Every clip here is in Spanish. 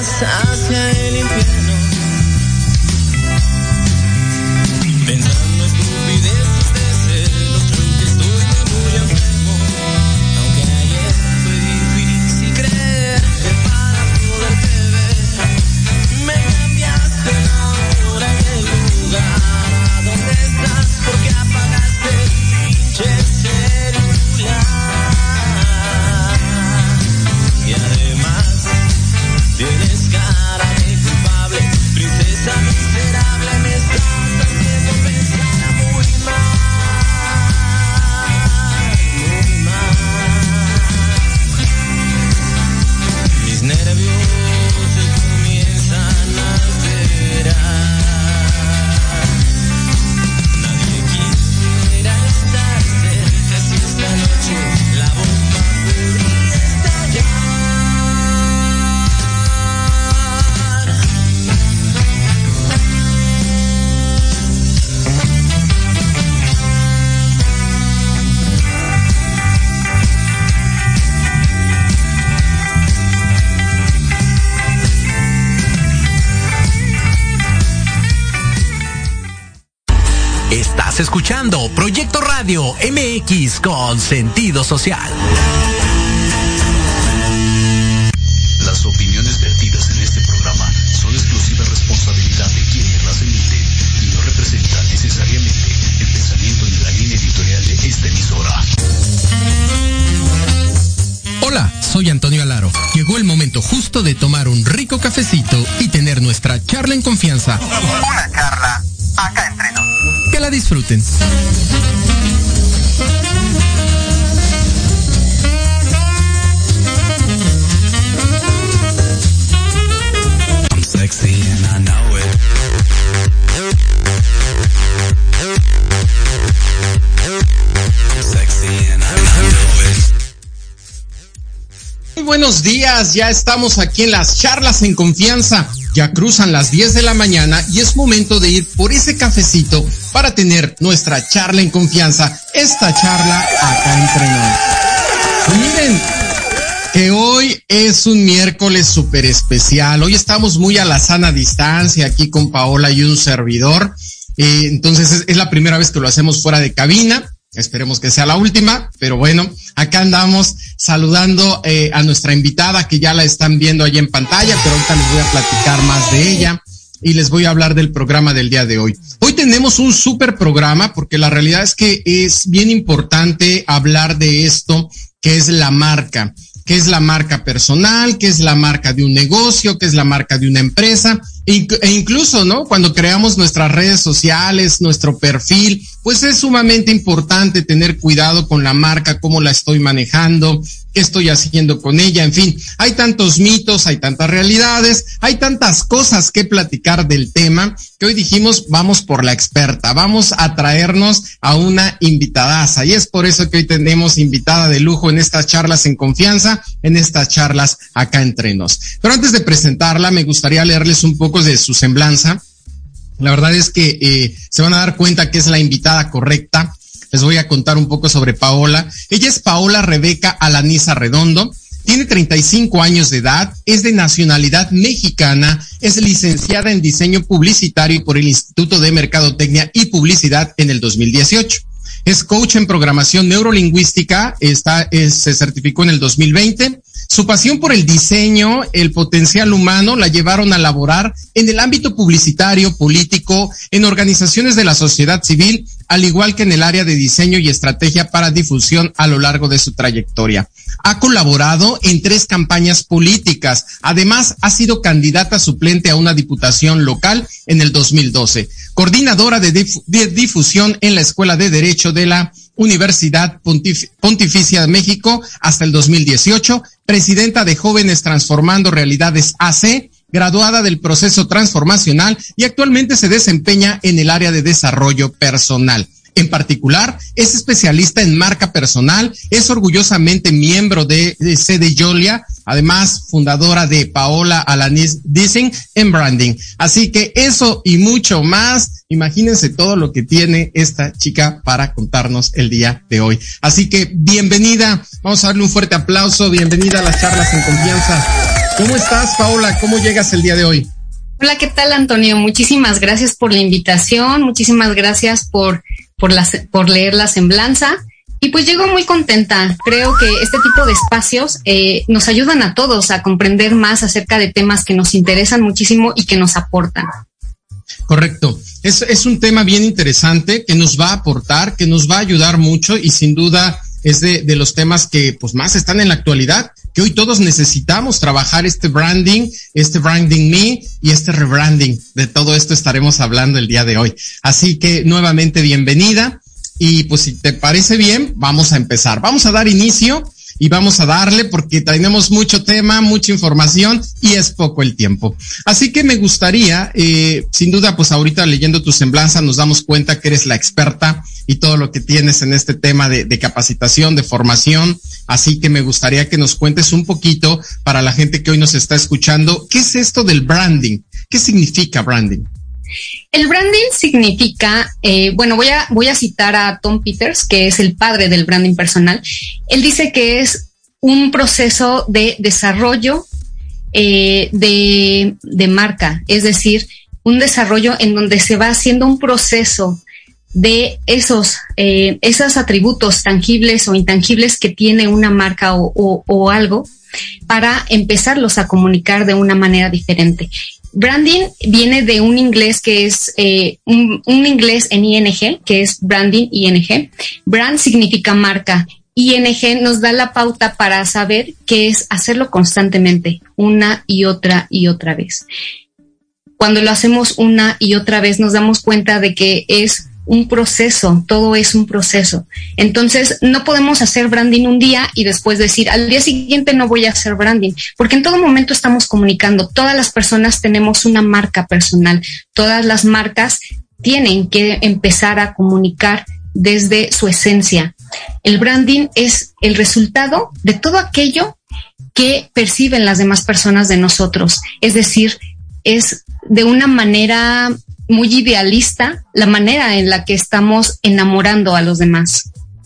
cambias hacia el infierno, pensando estupideces de celos. Creo que estoy muy enfermo, aunque ayer fue difícil creer que para poderte ver me cambiaste la hora y el lugar. ¿A dónde estás? Porque apagaste el pinche celular. Y además tienes cara de culpable, princesa miserable, me estás haciendo pensar muy mal, muy mal. Mis nervios se comienzan a alterar. Nadie quisiera estar cerca si esta noche la bomba podría estallar. Estás escuchando Proyecto Radio MX con sentido social. Las opiniones vertidas en este programa son exclusiva responsabilidad de quienes las emiten y no representan necesariamente el pensamiento ni la línea editorial de esta emisora. Hola, soy Antonio Alaro. Llegó el momento justo de tomar un rico cafecito y tener nuestra charla en confianza. Una charla acá entre nos. Que la disfruten. I'm sexy and I know it. I'm sexy and I know it. Muy buenos días, ya estamos aquí en las charlas en confianza. Ya cruzan las 10 de la mañana y es momento de ir por ese cafecito para tener nuestra charla en confianza, esta charla acá entre nos. Y miren, que hoy es un miércoles súper especial. Hoy estamos muy a la sana distancia aquí con Paola y un servidor. Entonces es la primera vez que lo hacemos fuera de cabina. Esperemos que sea la última, pero bueno, acá andamos saludando a nuestra invitada que ya la están viendo allá en pantalla, pero ahorita les voy a platicar más de ella y les voy a hablar del programa del día de hoy. Hoy tenemos un súper programa porque la realidad es que es bien importante hablar de esto que es la marca. ¿Qué es la marca personal? ¿Qué es la marca de un negocio? ¿Qué es la marca de una empresa? E incluso, ¿no? Cuando creamos nuestras redes sociales, nuestro perfil, pues es sumamente importante tener cuidado con la marca, cómo la estoy manejando, qué estoy haciendo con ella, en fin. Hay tantos mitos, hay tantas realidades, hay tantas cosas que platicar del tema que hoy dijimos, vamos por la experta, vamos a traernos a una invitadaza. Y es por eso que hoy tenemos invitada de lujo en estas charlas en confianza, en estas charlas acá entre nos. Pero antes de presentarla, me gustaría leerles un poco de su semblanza. La verdad es que se van a dar cuenta que es la invitada correcta. Les voy a contar un poco sobre Paola. Ella es Paola Rebeca Alaniza Redondo. Tiene 35 años de edad, es de nacionalidad mexicana, es licenciada en diseño publicitario por el Instituto de Mercadotecnia y Publicidad en el 2018. Es coach en programación neurolingüística, se certificó en el 2020. Su pasión por el diseño, el potencial humano, la llevaron a laborar en el ámbito publicitario, político, en organizaciones de la sociedad civil, al igual que en el área de diseño y estrategia para difusión a lo largo de su trayectoria. Ha colaborado en 3 campañas políticas. Además, ha sido candidata suplente a una diputación local en el 2012. Coordinadora de difusión en la Escuela de Derecho de la Universidad Pontificia de México hasta el 2018, presidenta de Jóvenes Transformando Realidades AC, graduada del proceso transformacional y actualmente se desempeña en el área de desarrollo personal. En particular, es especialista en marca personal, es orgullosamente miembro de CD Jolia, además fundadora de Paola Alaniz Design en Branding. Así que eso y mucho más, imagínense todo lo que tiene esta chica para contarnos el día de hoy. Así que bienvenida, vamos a darle un fuerte aplauso, bienvenida a las charlas en confianza. ¿Cómo estás, Paola? ¿Cómo llegas el día de hoy? Hola, ¿qué tal, Antonio? Muchísimas gracias por la invitación, muchísimas gracias por leer la semblanza. Y pues llego muy contenta. Creo que este tipo de espacios nos ayudan a todos a comprender más acerca de temas que nos interesan muchísimo y que nos aportan. Correcto. Es un tema bien interesante que nos va a aportar, que nos va a ayudar mucho y sin duda es de los temas que pues más están en la actualidad, que hoy todos necesitamos trabajar este branding me y este rebranding. De todo esto estaremos hablando el día de hoy. Así que nuevamente bienvenida y pues si te parece bien, vamos a empezar. Vamos a dar inicio y vamos a darle porque tenemos mucho tema, mucha información y es poco el tiempo. Así que me gustaría, sin duda, pues ahorita leyendo tu semblanza nos damos cuenta que eres la experta y todo lo que tienes en este tema de capacitación, de formación. Así que me gustaría que nos cuentes un poquito para la gente que hoy nos está escuchando, ¿qué es esto del branding? ¿Qué significa branding? El branding significa, voy a citar a Tom Peters, que es el padre del branding personal. Él dice que es un proceso de desarrollo de marca, es decir, un desarrollo en donde se va haciendo un proceso de esos atributos tangibles o intangibles que tiene una marca o algo para empezarlos a comunicar de una manera diferente. Branding viene de un inglés que es un inglés en ING, que es branding, ING. Brand significa marca. ING nos da la pauta para saber qué es hacerlo constantemente, una y otra vez. Cuando lo hacemos una y otra vez nos damos cuenta de que es un proceso, todo es un proceso. Entonces, no podemos hacer branding un día y después decir, al día siguiente no voy a hacer branding, porque en todo momento estamos comunicando. Todas las personas tenemos una marca personal. Todas las marcas tienen que empezar a comunicar desde su esencia. El branding es el resultado de todo aquello que perciben las demás personas de nosotros. Es decir, es de una manera muy idealista la manera en la que estamos enamorando a los demás.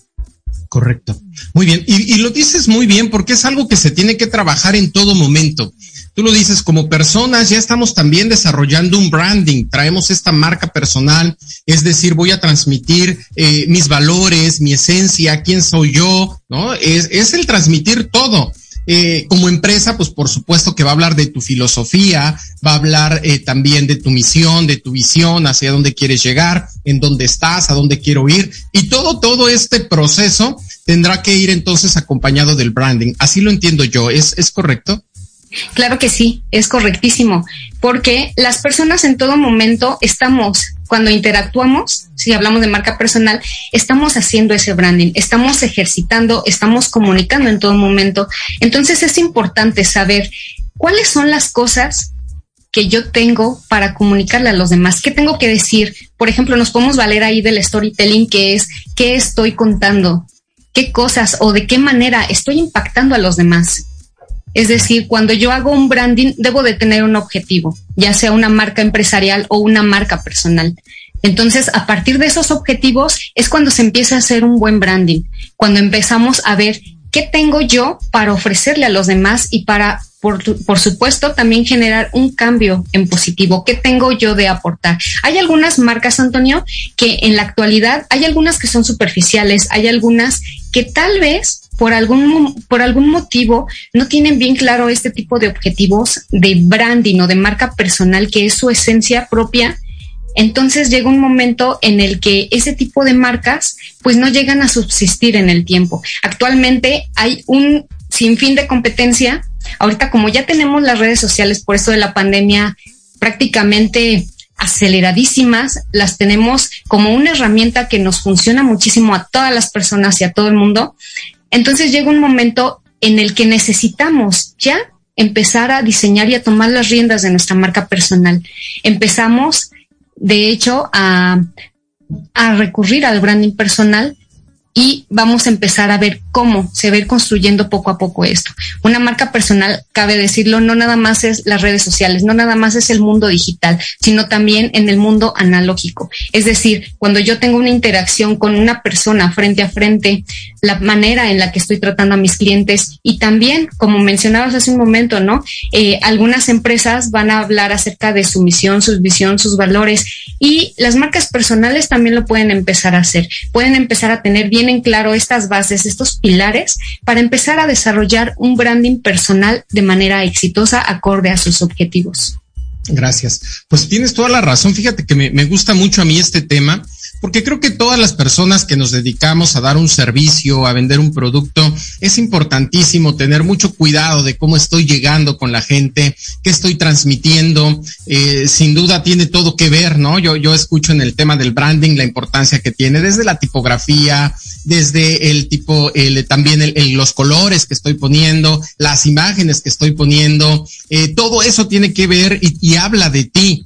Correcto. Muy bien. Y lo dices muy bien porque es algo que se tiene que trabajar en todo momento. Tú lo dices, como personas ya estamos también desarrollando un branding, traemos esta marca personal, es decir, voy a transmitir mis valores, mi esencia, quién soy yo, ¿no? Es el transmitir todo. Como empresa, pues por supuesto que va a hablar de tu filosofía, va a hablar también de tu misión, de tu visión, hacia dónde quieres llegar, en dónde estás, a dónde quiero ir, y todo este proceso tendrá que ir entonces acompañado del branding. Así lo entiendo yo, ¿es correcto? Claro que sí, es correctísimo, porque las personas en todo momento cuando interactuamos, si hablamos de marca personal, estamos haciendo ese branding, estamos ejercitando, estamos comunicando en todo momento. Entonces es importante saber cuáles son las cosas que yo tengo para comunicarle a los demás. ¿Qué tengo que decir? Por ejemplo, nos podemos valer ahí del storytelling, que es qué estoy contando, qué cosas o de qué manera estoy impactando a los demás. Es decir, cuando yo hago un branding, debo de tener un objetivo, ya sea una marca empresarial o una marca personal. Entonces, a partir de esos objetivos es cuando se empieza a hacer un buen branding, cuando empezamos a ver qué tengo yo para ofrecerle a los demás y para, por supuesto, también generar un cambio en positivo. ¿Qué tengo yo de aportar? Hay algunas marcas, Antonio, que en la actualidad hay algunas que son superficiales, hay algunas que tal vez por algún motivo no tienen bien claro este tipo de objetivos de branding o de marca personal, que es su esencia propia. Entonces llega un momento en el que ese tipo de marcas pues no llegan a subsistir en el tiempo. Actualmente hay un sinfín de competencia. Ahorita, como ya tenemos las redes sociales por esto de la pandemia prácticamente aceleradísimas, las tenemos como una herramienta que nos funciona muchísimo a todas las personas y a todo el mundo. Entonces llega un momento en el que necesitamos ya empezar a diseñar y a tomar las riendas de nuestra marca personal. Empezamos, de hecho, a recurrir al branding personal y vamos a empezar a ver cómo se va a ir construyendo poco a poco esto. Una marca personal, cabe decirlo, no nada más es las redes sociales, no nada más es el mundo digital, sino también en el mundo analógico. Es decir, cuando yo tengo una interacción con una persona frente a frente, la manera en la que estoy tratando a mis clientes, y también, como mencionabas hace un momento, ¿no? Algunas empresas van a hablar acerca de su misión, su visión, sus valores, y las marcas personales también lo pueden empezar a hacer. Pueden empezar a tener bien en claro estas bases, estos pilares, para empezar a desarrollar un branding personal de manera exitosa, acorde a sus objetivos. Gracias. Pues tienes toda la razón. Fíjate que me gusta mucho a mí este tema, porque creo que todas las personas que nos dedicamos a dar un servicio, a vender un producto, es importantísimo tener mucho cuidado de cómo estoy llegando con la gente, qué estoy transmitiendo. Sin duda tiene todo que ver, ¿no? Yo escucho en el tema del branding la importancia que tiene, desde la tipografía, desde el tipo, también los colores que estoy poniendo, las imágenes que estoy poniendo, todo eso tiene que ver y habla de ti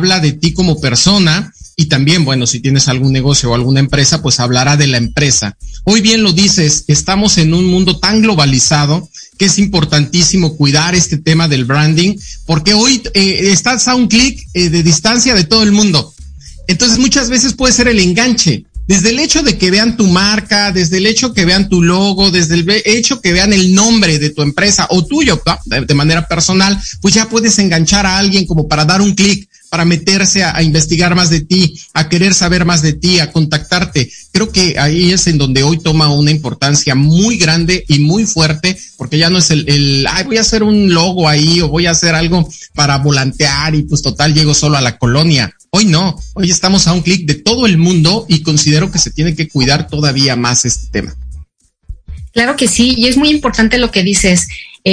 como persona. Y también, bueno, si tienes algún negocio o alguna empresa, pues hablará de la empresa. Hoy bien lo dices, estamos en un mundo tan globalizado que es importantísimo cuidar este tema del branding, porque hoy estás a un clic de distancia de todo el mundo. Entonces muchas veces puede ser el enganche. Desde el hecho de que vean tu marca, desde el hecho que vean tu logo, desde el hecho que vean el nombre de tu empresa o tuyo, ¿no? De manera personal, pues ya puedes enganchar a alguien como para dar un clic, para meterse a investigar más de ti, a querer saber más de ti, a contactarte. Creo que ahí es en donde hoy toma una importancia muy grande y muy fuerte, porque ya no es voy a hacer un logo ahí o voy a hacer algo para volantear y pues total llego solo a la colonia. Hoy no, hoy estamos a un clic de todo el mundo y considero que se tiene que cuidar todavía más este tema. Claro que sí, y es muy importante lo que dices,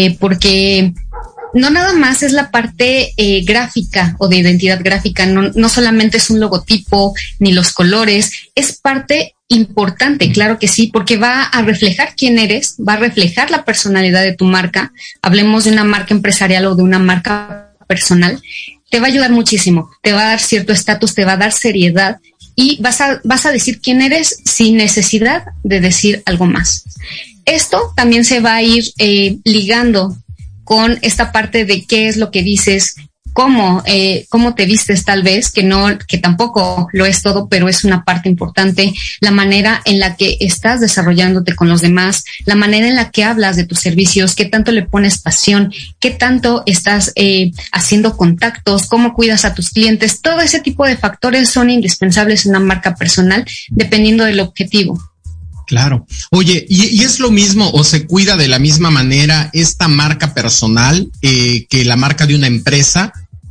porque no nada más es la parte gráfica o de identidad gráfica, no solamente es un logotipo ni los colores, es parte importante, claro que sí, porque va a reflejar quién eres, va a reflejar la personalidad de tu marca. Hablemos de una marca empresarial o de una marca personal, te va a ayudar muchísimo, te va a dar cierto estatus, te va a dar seriedad y vas a decir quién eres sin necesidad de decir algo más. Esto también se va a ir ligando con esta parte de qué es lo que dices, cómo te vistes tal vez, que tampoco lo es todo, pero es una parte importante, la manera en la que estás desarrollándote con los demás, la manera en la que hablas de tus servicios, qué tanto le pones pasión, qué tanto estás haciendo contactos, cómo cuidas a tus clientes, todo ese tipo de factores son indispensables en una marca personal, dependiendo del objetivo. Claro. Oye, ¿y es lo mismo o se cuida de la misma manera esta marca personal que la marca de una empresa?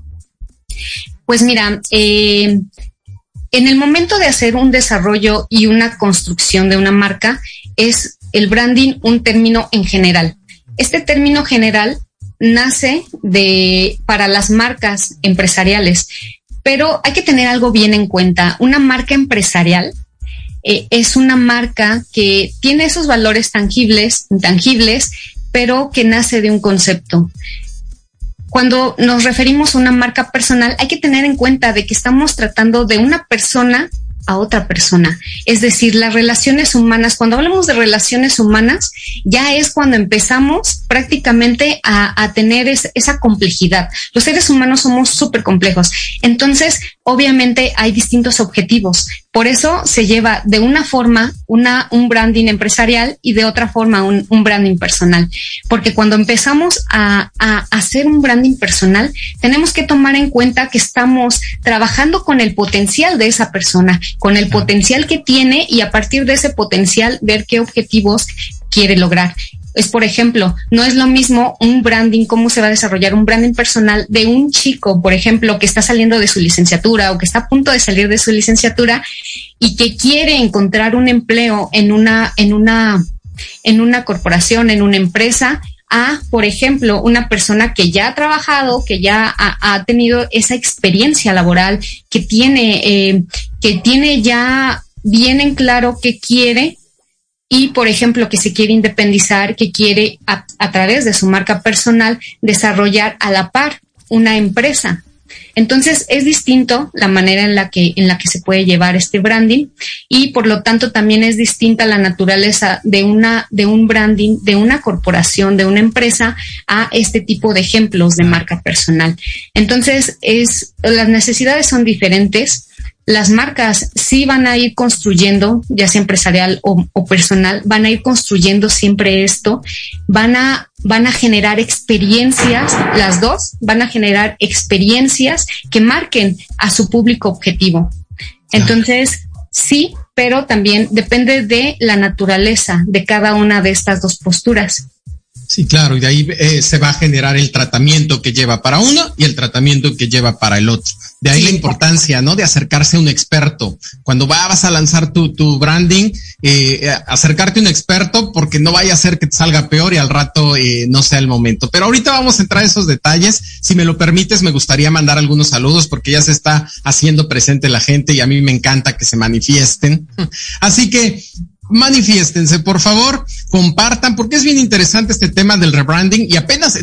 Pues mira, en el momento de hacer un desarrollo y una construcción de una marca, es el branding un término en general. Este término general nace para las marcas empresariales, pero hay que tener algo bien en cuenta. Una marca empresarial es una marca que tiene esos valores tangibles, intangibles, pero que nace de un concepto. Cuando nos referimos a una marca personal, hay que tener en cuenta de que estamos tratando de una persona a otra persona. Es decir, las relaciones humanas, cuando hablamos de relaciones humanas, ya es cuando empezamos prácticamente a tener esa complejidad. Los seres humanos somos súper complejos. Entonces, obviamente hay distintos objetivos. Por eso se lleva de una forma un branding empresarial y de otra forma un branding personal. Porque cuando empezamos a hacer un branding personal, tenemos que tomar en cuenta que estamos trabajando con el potencial de esa persona, con el potencial que tiene y a partir de ese potencial ver qué objetivos quiere lograr. Es, por ejemplo, no es lo mismo un branding, cómo se va a desarrollar un branding personal de un chico, por ejemplo, que está saliendo de su licenciatura o que está a punto de salir de su licenciatura y que quiere encontrar un empleo en una corporación, en una empresa, a, por ejemplo, una persona que ya ha trabajado, que ya ha tenido esa experiencia laboral, que tiene ya bien en claro qué quiere. Y, por ejemplo, que se quiere independizar, que quiere a través de su marca personal desarrollar a la par una empresa. Entonces es distinto la manera en la que se puede llevar este branding, y por lo tanto también es distinta la naturaleza de un branding, de una corporación, de una empresa, a este tipo de ejemplos de marca personal. Entonces las necesidades son diferentes. Las marcas sí van a ir construyendo, ya sea empresarial o personal, van a ir construyendo siempre esto, van a generar experiencias, las dos van a generar experiencias que marquen a su público objetivo. Entonces, sí, pero también depende de la naturaleza de cada una de estas dos posturas. Sí, claro, y de ahí se va a generar el tratamiento que lleva para uno y el tratamiento que lleva para el otro. De ahí la importancia, ¿no? De acercarse a un experto. Cuando vas a lanzar tu branding, acercarte a un experto, porque no vaya a ser que te salga peor y al rato no sea el momento. Pero ahorita vamos a entrar a esos detalles. Si me lo permites, me gustaría mandar algunos saludos porque ya se está haciendo presente la gente y a mí me encanta que se manifiesten. Así que manifiéstense, por favor, compartan, porque es bien interesante este tema del rebranding y apenas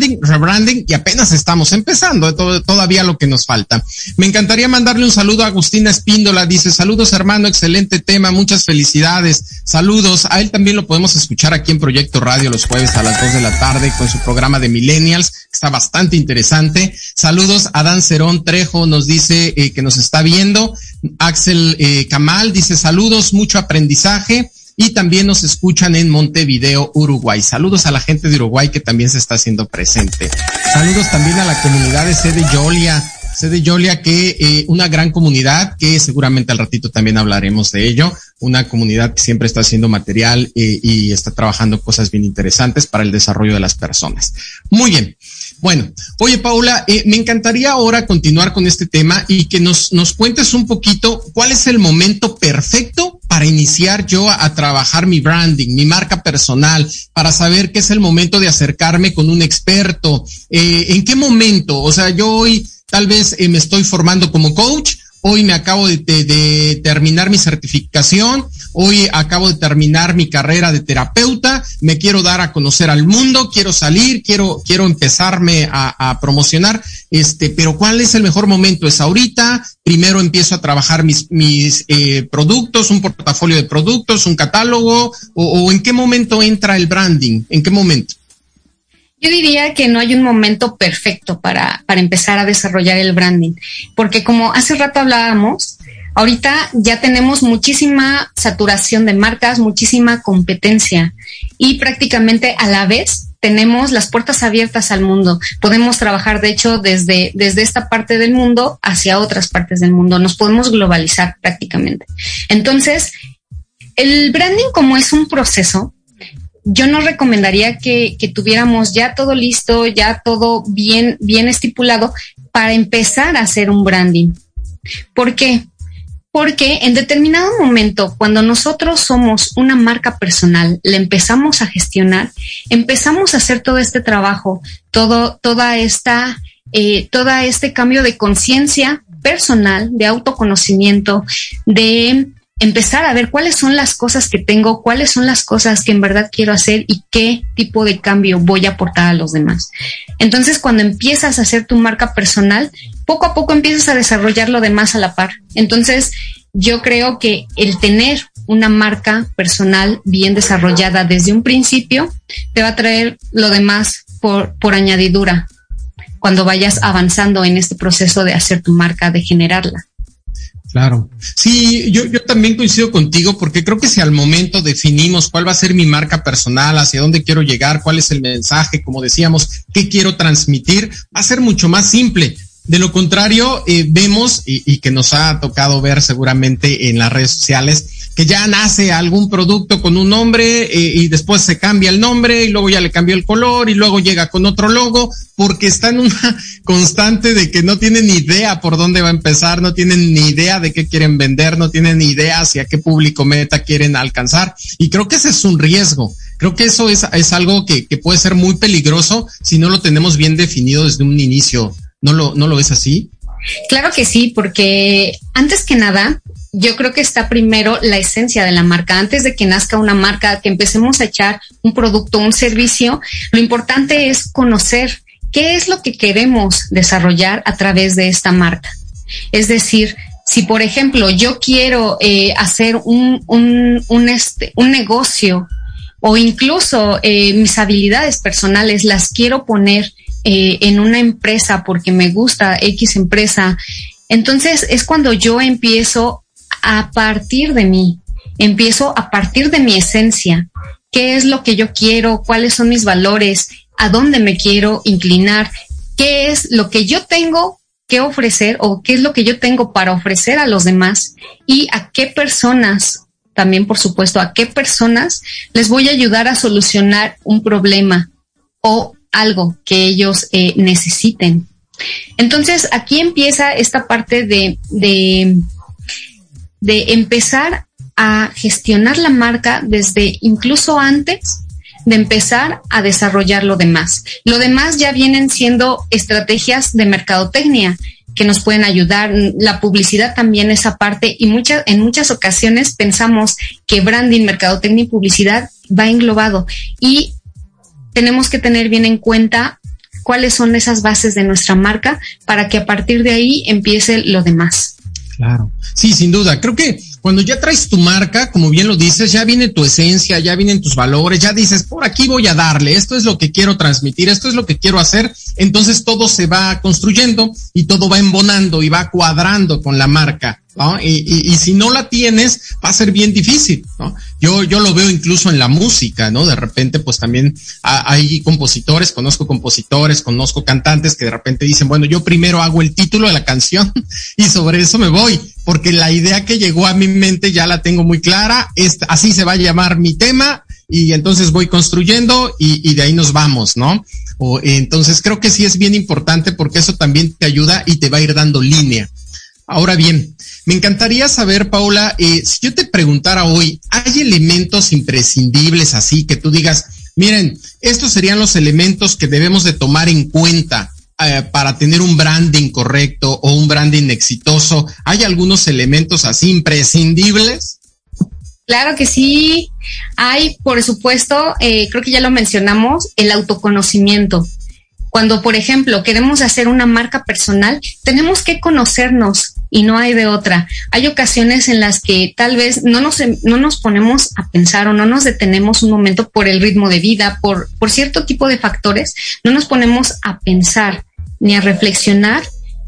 estamos empezando, todavía lo que nos falta. Me encantaría mandarle un saludo a Agustina Espíndola, dice: saludos hermano, excelente tema, muchas felicidades, saludos. A él también lo podemos escuchar aquí en Proyecto Radio los jueves a las 2 de la tarde con su programa de Millennials, que está bastante interesante. Saludos a Dan Cerón Trejo, nos dice que nos está viendo. Axel Camal dice: saludos, mucho aprendizaje. Y también nos escuchan en Montevideo, Uruguay. Saludos a la gente de Uruguay que también se está haciendo presente. Saludos también a la comunidad de Sede Yolia, que una gran comunidad que seguramente al ratito también hablaremos de ello. Una comunidad que siempre está haciendo material y está trabajando cosas bien interesantes para el desarrollo de las personas. Muy bien. Bueno, oye Paula, me encantaría ahora continuar con este tema y que nos cuentes un poquito cuál es el momento perfecto para iniciar yo a trabajar mi branding, mi marca personal, para saber qué es el momento de acercarme con un experto. ¿En qué momento? O sea, yo hoy tal vez me estoy formando como coach. Hoy me acabo de terminar mi certificación, hoy acabo de terminar mi carrera de terapeuta, me quiero dar a conocer al mundo, quiero salir, quiero empezarme a promocionar, pero ¿cuál es el mejor momento? ¿Es ahorita? Primero empiezo a trabajar mis productos, un portafolio de productos, un catálogo, o ¿en qué momento entra el branding? ¿En qué momento? Yo diría que no hay un momento perfecto para empezar a desarrollar el branding, porque como hace rato hablábamos, ahorita ya tenemos muchísima saturación de marcas, muchísima competencia y prácticamente a la vez tenemos las puertas abiertas al mundo. Podemos trabajar, de hecho, desde esta parte del mundo hacia otras partes del mundo. Nos podemos globalizar prácticamente. Entonces, el branding, como es un proceso, yo no recomendaría que tuviéramos ya todo listo, ya todo bien estipulado para empezar a hacer un branding. ¿Por qué? Porque en determinado momento, cuando nosotros somos una marca personal, la empezamos a gestionar, empezamos a hacer todo este trabajo, todo este cambio de conciencia personal, de autoconocimiento, de empezar a ver cuáles son las cosas que tengo, cuáles son las cosas que en verdad quiero hacer y qué tipo de cambio voy a aportar a los demás. Entonces, cuando empiezas a hacer tu marca personal, poco a poco empiezas a desarrollar lo demás a la par. Entonces, yo creo que el tener una marca personal bien desarrollada desde un principio te va a traer lo demás por añadidura cuando vayas avanzando en este proceso de hacer tu marca, de generarla. Claro. Sí, yo también coincido contigo porque creo que si al momento definimos cuál va a ser mi marca personal, hacia dónde quiero llegar, cuál es el mensaje, como decíamos, qué quiero transmitir, va a ser mucho más simple. De lo contrario, vemos, y que nos ha tocado ver seguramente en las redes sociales, que ya nace algún producto con un nombre y después se cambia el nombre y luego ya le cambió el color y luego llega con otro logo, porque está en una constante de que no tienen ni idea por dónde va a empezar, no tienen ni idea de qué quieren vender, no tienen ni idea hacia qué público meta quieren alcanzar. Y creo que ese es un riesgo. Creo que eso es algo que puede ser muy peligroso si no lo tenemos bien definido desde un inicio. ¿No lo ves así? Claro que sí, porque antes que nada, yo creo que está primero la esencia de la marca. Antes de que nazca una marca, que empecemos a echar un producto, un servicio, lo importante es conocer ¿qué es lo que queremos desarrollar a través de esta marca? Es decir, si por ejemplo yo quiero hacer un negocio, o incluso mis habilidades personales las quiero poner en una empresa porque me gusta X empresa, entonces es cuando yo empiezo a partir de mí, empiezo a partir de mi esencia. ¿Qué es lo que yo quiero? ¿Cuáles son mis valores? ¿A dónde me quiero inclinar? ¿Qué es lo que yo tengo que ofrecer o qué es lo que yo tengo para ofrecer a los demás? ¿Y a qué personas, también por supuesto, a qué personas les voy a ayudar a solucionar un problema o algo que ellos necesiten? Entonces, aquí empieza esta parte de empezar a gestionar la marca desde incluso antes de empezar a desarrollar lo demás. Lo demás ya vienen siendo estrategias de mercadotecnia que nos pueden ayudar. La publicidad también, esa parte, y en muchas ocasiones pensamos que branding, mercadotecnia y publicidad va englobado, y tenemos que tener bien en cuenta cuáles son esas bases de nuestra marca para que a partir de ahí empiece lo demás. Claro. Sí, sin duda. Creo que cuando ya traes tu marca, como bien lo dices, ya viene tu esencia, ya vienen tus valores, ya dices, por aquí voy a darle, esto es lo que quiero transmitir, esto es lo que quiero hacer, entonces todo se va construyendo y todo va embonando y va cuadrando con la marca, ¿no? Y si no la tienes, va a ser bien difícil, ¿no? Yo lo veo incluso en la música, ¿no? De repente, pues también hay compositores, conozco cantantes que de repente dicen, bueno, yo primero hago el título de la canción y sobre eso me voy, porque la idea que llegó a mi mente ya la tengo muy clara, así se va a llamar mi tema, y entonces voy construyendo y de ahí nos vamos, ¿no? Entonces creo que sí es bien importante porque eso también te ayuda y te va a ir dando línea. Ahora bien, me encantaría saber, Paula, si yo te preguntara hoy, ¿hay elementos imprescindibles así que tú digas, miren, estos serían los elementos que debemos de tomar en cuenta para tener un branding correcto o un branding exitoso? ¿Hay algunos elementos así imprescindibles? Claro que sí. Hay, por supuesto, creo que ya lo mencionamos, el autoconocimiento. Cuando, por ejemplo, queremos hacer una marca personal, tenemos que conocernos y no hay de otra. Hay ocasiones en las que tal vez no nos ponemos a pensar o no nos detenemos un momento por el ritmo de vida, por cierto tipo de factores, no nos ponemos a pensar ni a reflexionar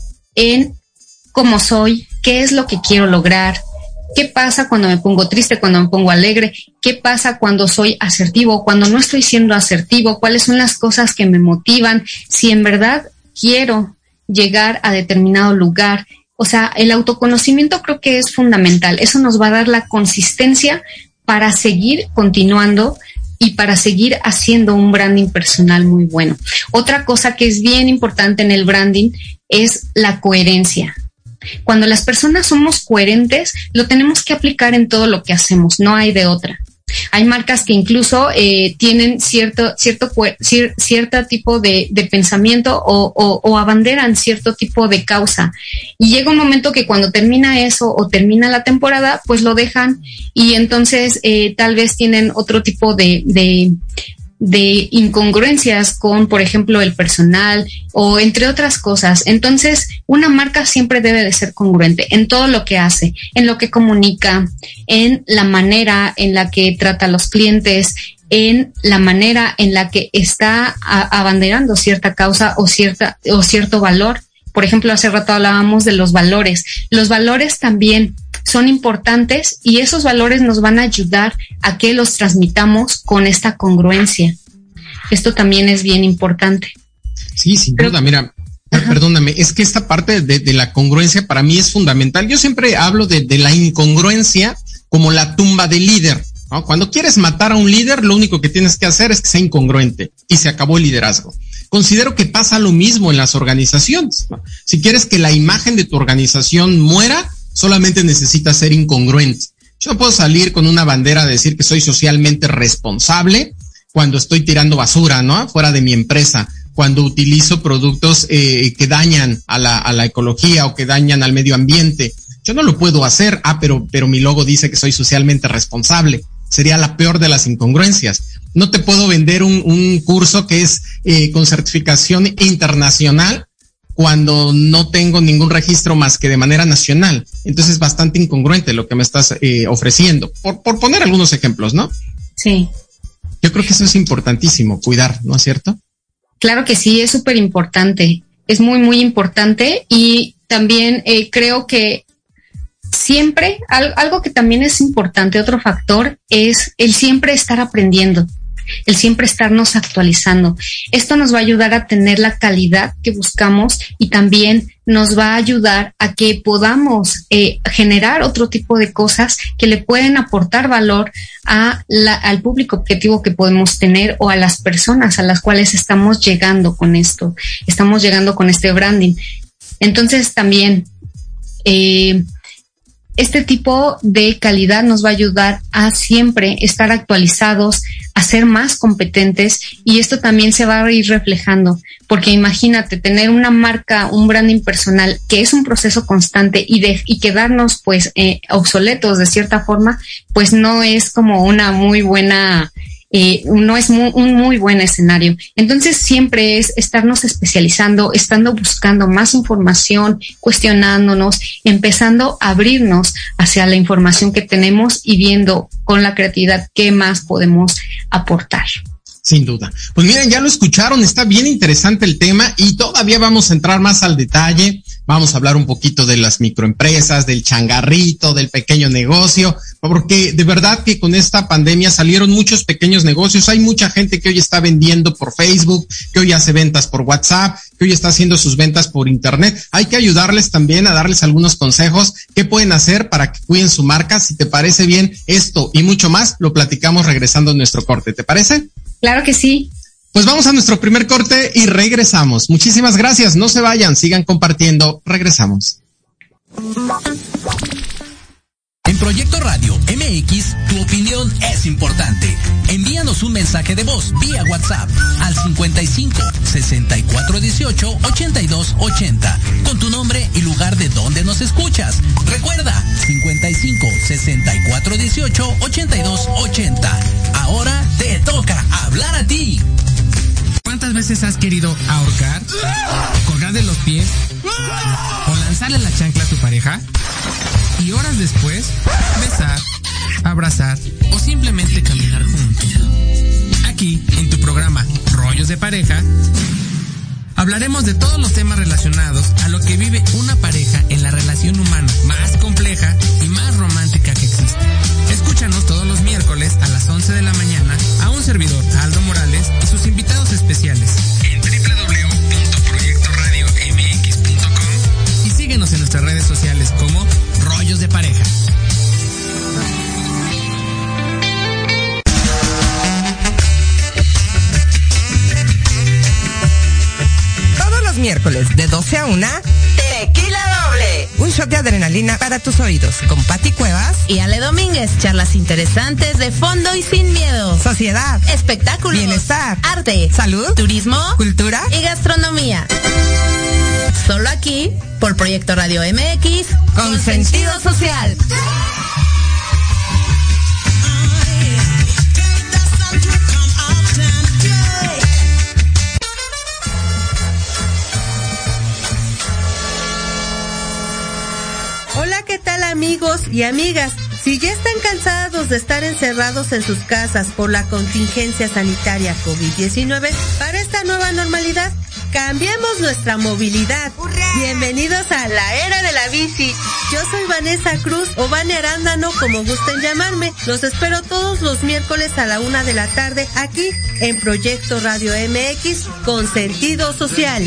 en cómo soy, qué es lo que quiero lograr, qué pasa cuando me pongo triste, cuando me pongo alegre, qué pasa cuando soy asertivo, cuando no estoy siendo asertivo, cuáles son las cosas que me motivan, si en verdad quiero llegar a determinado lugar. O sea, el autoconocimiento creo que es fundamental. Eso nos va a dar la consistencia para seguir continuando y para seguir haciendo un branding personal muy bueno. Otra cosa que es bien importante en el branding es la coherencia. Cuando las personas somos coherentes, lo tenemos que aplicar en todo lo que hacemos, no hay de otra. Hay marcas que incluso tienen cierto tipo de pensamiento o abanderan cierto tipo de causa. Y llega un momento que cuando termina eso o termina la temporada, pues lo dejan y entonces tal vez tienen otro tipo de incongruencias con, por ejemplo, el personal o entre otras cosas. Entonces, una marca siempre debe de ser congruente en todo lo que hace, en lo que comunica, en la manera en la que trata a los clientes, en la manera en la que está abanderando cierta causa o cierto valor. Por ejemplo, hace rato hablábamos de los valores. Los valores también son importantes y esos valores nos van a ayudar a que los transmitamos con esta congruencia. Esto también es bien importante. Sí, sin duda, mira, perdóname, es que esta parte de la congruencia para mí es fundamental. Yo siempre hablo de la incongruencia como la tumba del líder, ¿no? Cuando quieres matar a un líder, lo único que tienes que hacer es que sea incongruente y se acabó el liderazgo. Considero que pasa lo mismo en las organizaciones, ¿no? Si quieres que la imagen de tu organización muera, solamente necesitas ser incongruente. Yo no puedo salir con una bandera a decir que soy socialmente responsable cuando estoy tirando basura, ¿no? Fuera de mi empresa, cuando utilizo productos que dañan a la ecología o que dañan al medio ambiente. Yo no lo puedo hacer, pero mi logo dice que soy socialmente responsable. Sería la peor de las incongruencias. No te puedo vender un curso que es con certificación internacional cuando no tengo ningún registro más que de manera nacional. Entonces es bastante incongruente lo que me estás ofreciendo. Por poner algunos ejemplos, ¿no? Sí. Yo creo que eso es importantísimo, cuidar, ¿no es cierto? Claro que sí, es súper importante. Es muy, muy importante. Y también creo que siempre, algo que también es importante, otro factor, es el siempre estar aprendiendo, el siempre estarnos actualizando. Esto nos va a ayudar a tener la calidad que buscamos y también nos va a ayudar a que podamos generar otro tipo de cosas que le pueden aportar valor al público objetivo que podemos tener o a las personas a las cuales estamos llegando con esto, estamos llegando con este branding. Entonces también este tipo de calidad nos va a ayudar a siempre estar actualizados, a ser más competentes, y esto también se va a ir reflejando, porque imagínate tener una marca, un branding personal que es un proceso constante y quedarnos pues obsoletos de cierta forma, pues no es como una muy buena no es un muy buen escenario. Entonces siempre es estarnos especializando, estando buscando más información, cuestionándonos, empezando a abrirnos hacia la información que tenemos y viendo con la creatividad qué más podemos aportar. Sin duda. Pues miren, ya lo escucharon, está bien interesante el tema y todavía vamos a entrar más al detalle. Vamos a hablar un poquito de las microempresas, del changarrito, del pequeño negocio, porque de verdad que con esta pandemia salieron muchos pequeños negocios. Hay mucha gente que hoy está vendiendo por Facebook, que hoy hace ventas por WhatsApp, que hoy está haciendo sus ventas por internet. Hay que ayudarles también a darles algunos consejos que pueden hacer para que cuiden su marca. Si te parece bien esto y mucho más, lo platicamos regresando a nuestro corte. ¿Te parece? Claro que sí. Pues vamos a nuestro primer corte y regresamos. Muchísimas gracias, no se vayan, sigan compartiendo, regresamos. En Proyecto Radio MX, tu opinión es importante. Envíanos un mensaje de voz vía WhatsApp al 55 64 18 82 80 con tu nombre y lugar de donde nos escuchas. Recuerda, 55 64 18 82 80. Ahora te toca hablar a ti. ¿Cuántas veces has querido ahorcar, colgar de los pies o lanzarle la chancla a tu pareja? Y horas después, besar, abrazar o simplemente caminar juntos. Aquí, en tu programa Rollos de Pareja, hablaremos de todos los temas relacionados a lo que vive una pareja en la relación humana más compleja y más romántica que existe. Escúchanos todos los miércoles a las 11 de la mañana a un servidor, Aldo Morales, y sus invitados especiales en www.proyectoradiomx.com y síguenos en nuestras redes sociales como Rollos de Pareja. Todos los miércoles de 12 a 1, Tequila Doble. Un shot de adrenalina para tus oídos con Pati Cuevas y Ale Domínguez. Charlas interesantes de fondo y sin miedo. Sociedad, espectáculos, bienestar, arte, salud, turismo, cultura y gastronomía. Solo aquí, por Proyecto Radio MX, con sentido social. Hola, ¿qué tal amigos y amigas? Si ya están cansados de estar encerrados en sus casas por la contingencia sanitaria COVID-19, para esta nueva normalidad, cambiemos nuestra movilidad. ¡Hurra! Bienvenidos a la era de la bici. Yo soy Vanessa Cruz o Vane Arándano, como gusten llamarme. Los espero todos los miércoles a la 1 de la tarde aquí en Proyecto Radio MX con sentido social.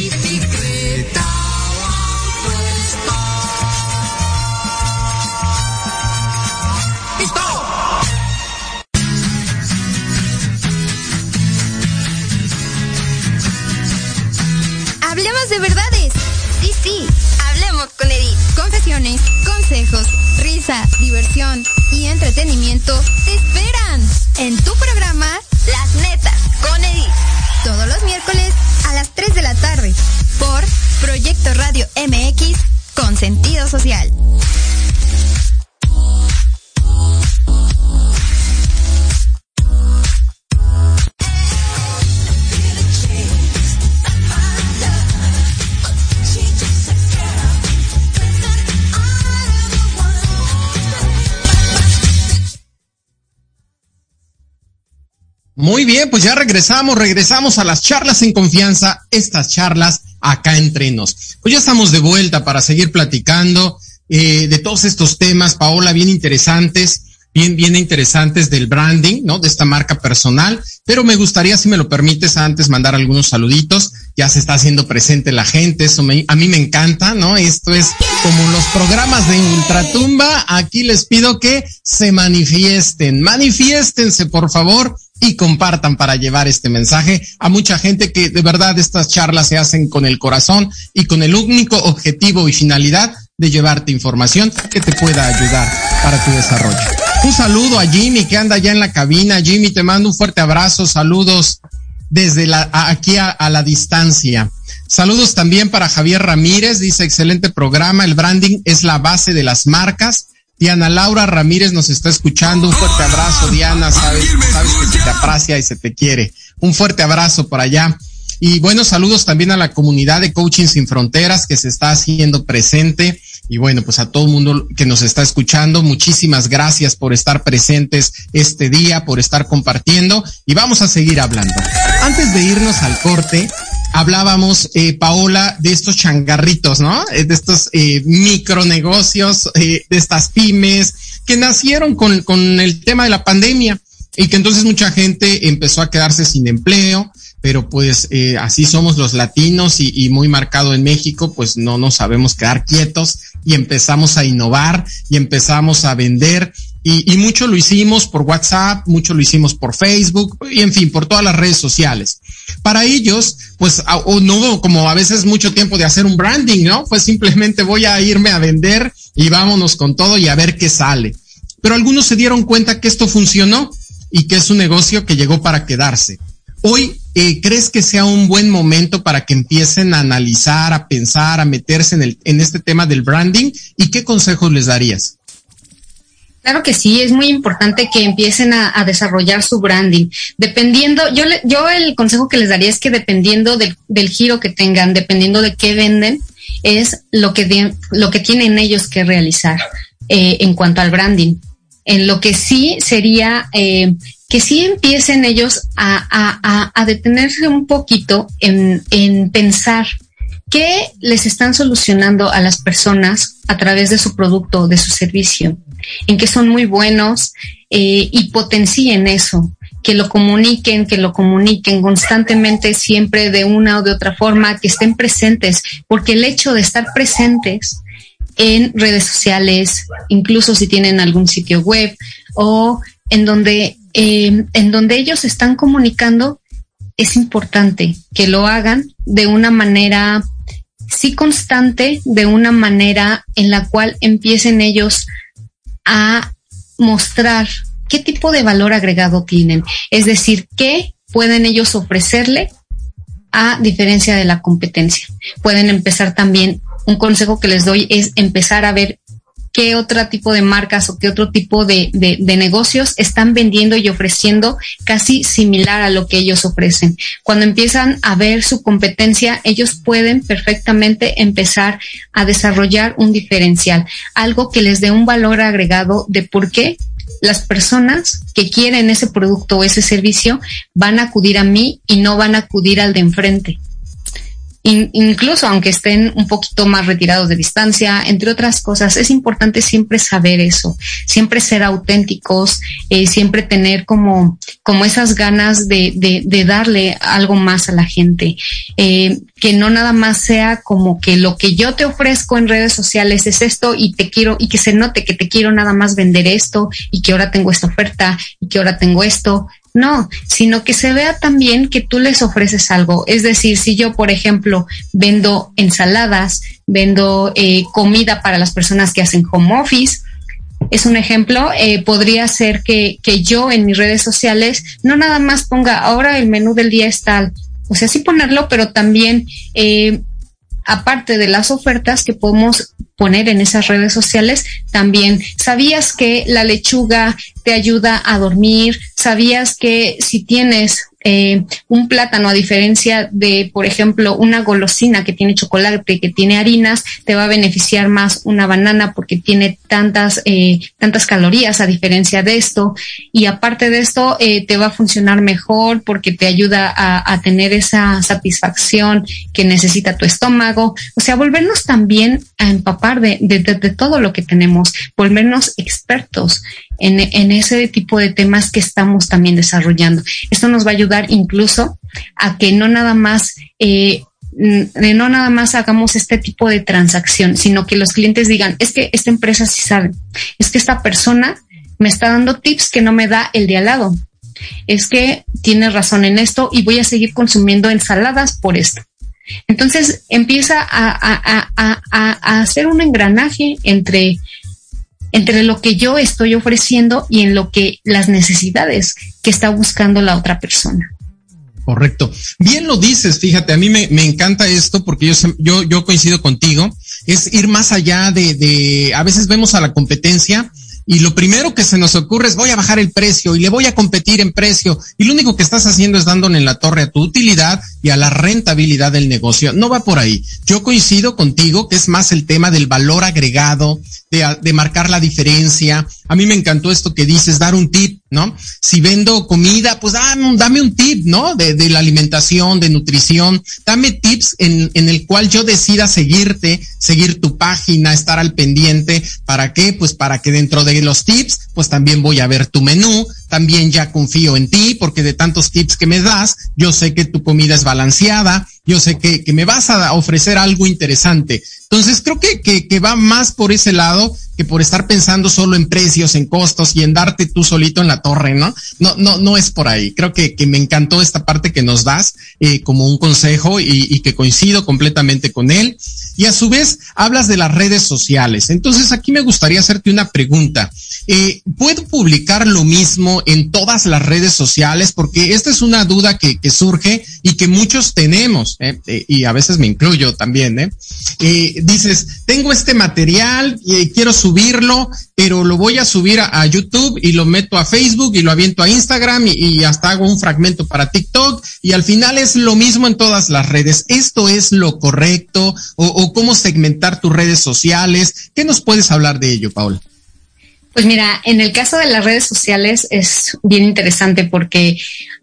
Hablemos de verdades. Sí, hablemos con Edith. Confesiones, consejos, risa, diversión y entretenimiento te esperan en tu programa Las Netas con Edith. Todos los miércoles a las 3 de la tarde por Proyecto Radio MX con sentido social. Muy bien, pues ya regresamos a las charlas en confianza, estas charlas acá entre nos. Pues ya estamos de vuelta para seguir platicando de todos estos temas, Paola, bien interesantes del branding, ¿no? De esta marca personal, pero me gustaría, si me lo permites, antes mandar algunos saluditos. Ya se está haciendo presente la gente, eso a mí me encanta, ¿no? Esto es como los programas de Ultratumba. Aquí les pido que se manifiéstense, por favor, y compartan para llevar este mensaje a mucha gente, que de verdad estas charlas se hacen con el corazón y con el único objetivo y finalidad de llevarte información que te pueda ayudar para tu desarrollo. Un saludo a Jimmy, que anda ya en la cabina. Jimmy, te mando un fuerte abrazo, saludos desde aquí a la distancia. Saludos también para Javier Ramírez, dice: excelente programa, el branding es la base de las marcas. Diana Laura Ramírez nos está escuchando, un fuerte abrazo, Diana, sabes que se te aprecia y se te quiere. Un fuerte abrazo por allá. Y bueno, saludos también a la comunidad de Coaching Sin Fronteras que se está haciendo presente. Y bueno, pues a todo el mundo que nos está escuchando, muchísimas gracias por estar presentes este día, por estar compartiendo, y vamos a seguir hablando. Antes de irnos al corte, hablábamos, Paola, de estos changarritos, ¿no? De estos micronegocios, de estas pymes que nacieron con el tema de la pandemia, y que entonces mucha gente empezó a quedarse sin empleo. Pero pues así somos los latinos, y muy marcado en México, pues no nos sabemos quedar quietos y empezamos a innovar y empezamos a vender, y mucho lo hicimos por WhatsApp, mucho lo hicimos por Facebook, y en fin, por todas las redes sociales. Para ellos, pues no hubo como a veces mucho tiempo de hacer un branding, ¿no? Pues simplemente voy a irme a vender y vámonos con todo y a ver qué sale. Pero algunos se dieron cuenta que esto funcionó y que es un negocio que llegó para quedarse. Hoy, ¿crees que sea un buen momento para que empiecen a analizar, a pensar, a meterse en este tema del branding? ¿Y qué consejos les darías? Claro que sí, es muy importante que empiecen a desarrollar su branding. Dependiendo, yo el consejo que les daría es que dependiendo del giro que tengan, dependiendo de qué venden, es lo que tienen ellos que realizar en cuanto al branding. En lo que sí sería que sí empiecen ellos a detenerse un poquito en pensar qué les están solucionando a las personas a través de su producto o de su servicio, en qué son muy buenos, y potencien eso, que lo comuniquen constantemente, siempre de una o de otra forma, que estén presentes, porque el hecho de estar presentes en redes sociales, incluso si tienen algún sitio web o en donde ellos están comunicando, es importante que lo hagan de una manera sí constante, de una manera en la cual empiecen ellos a mostrar qué tipo de valor agregado tienen, es decir, qué pueden ellos ofrecerle a diferencia de la competencia. Pueden empezar también, un consejo que les doy es empezar a ver qué otro tipo de marcas o qué otro tipo de negocios están vendiendo y ofreciendo casi similar a lo que ellos ofrecen. Cuando empiezan a ver su competencia, ellos pueden perfectamente empezar a desarrollar un diferencial, algo que les dé un valor agregado de por qué las personas que quieren ese producto o ese servicio van a acudir a mí y no van a acudir al de enfrente. Incluso aunque estén un poquito más retirados de distancia, entre otras cosas, es importante siempre saber eso, siempre ser auténticos, siempre tener como esas ganas de darle algo más a la gente, que no nada más sea como que lo que yo te ofrezco en redes sociales es esto y te quiero, y que se note que te quiero nada más vender esto y que ahora tengo esta oferta y que ahora tengo esto. No, sino que se vea también que tú les ofreces algo. Es decir, si yo, por ejemplo, vendo ensaladas, vendo comida para las personas que hacen home office, es un ejemplo, podría ser que yo en mis redes sociales no nada más ponga ahora el menú del día es tal, o sea, sí ponerlo, pero también aparte de las ofertas que podemos poner en esas redes sociales, también, ¿sabías que la lechuga te ayuda a dormir? ¿Sabías que si tienes un plátano, a diferencia de, por ejemplo, una golosina que tiene chocolate, que tiene harinas, te va a beneficiar más una banana porque tiene tantas calorías a diferencia de esto. Y aparte de esto, te va a funcionar mejor porque te ayuda a tener esa satisfacción que necesita tu estómago. O sea, volvernos también a empapar de todo lo que tenemos, volvernos expertos en ese tipo de temas que estamos también desarrollando. Esto nos va a ayudar incluso a que no nada más hagamos este tipo de transacción, sino que los clientes digan, es que esta empresa sí sabe, es que esta persona me está dando tips que no me da el de al lado, es que tiene razón en esto y voy a seguir consumiendo ensaladas por esto. Entonces empieza a hacer un engranaje entre lo que yo estoy ofreciendo y en lo que las necesidades que está buscando la otra persona. Correcto. Bien lo dices, fíjate, a mí me encanta esto porque yo coincido contigo, es ir más allá de a veces vemos a la competencia y lo primero que se nos ocurre es voy a bajar el precio y le voy a competir en precio y lo único que estás haciendo es dándole en la torre a tu utilidad y a la rentabilidad del negocio. No va por ahí. Yo coincido contigo que es más el tema del valor agregado, de marcar la diferencia. A mí me encantó esto que dices, dar un tip, ¿no? Si vendo comida, pues dame un tip, ¿no? De la alimentación, de nutrición. Dame tips en el cual yo decida seguir tu página, estar al pendiente. ¿Para qué? Pues para que dentro de los tips, pues también voy a ver tu menú. También ya confío en ti porque de tantos tips que me das, yo sé que tu comida es balanceada, yo sé que me vas a ofrecer algo interesante. Entonces creo que va más por ese lado que por estar pensando solo en precios, en costos y en darte tú solito en la torre, ¿no? No es por ahí. Creo que me encantó esta parte que nos das como un consejo y que coincido completamente con él. Y a su vez hablas de las redes sociales. Entonces aquí me gustaría hacerte una pregunta. ¿Puedo publicar lo mismo en todas las redes sociales? Porque esta es una duda que surge y que muchos tenemos, y a veces me incluyo también, dices, tengo este material y quiero subirlo, pero lo voy a subir a YouTube y lo meto a Facebook y lo aviento a Instagram y hasta hago un fragmento para TikTok y al final es lo mismo en todas las redes. ¿Esto es lo correcto? ¿O cómo segmentar tus redes sociales? ¿Qué nos puedes hablar de ello, Paola? Pues mira, en el caso de las redes sociales es bien interesante porque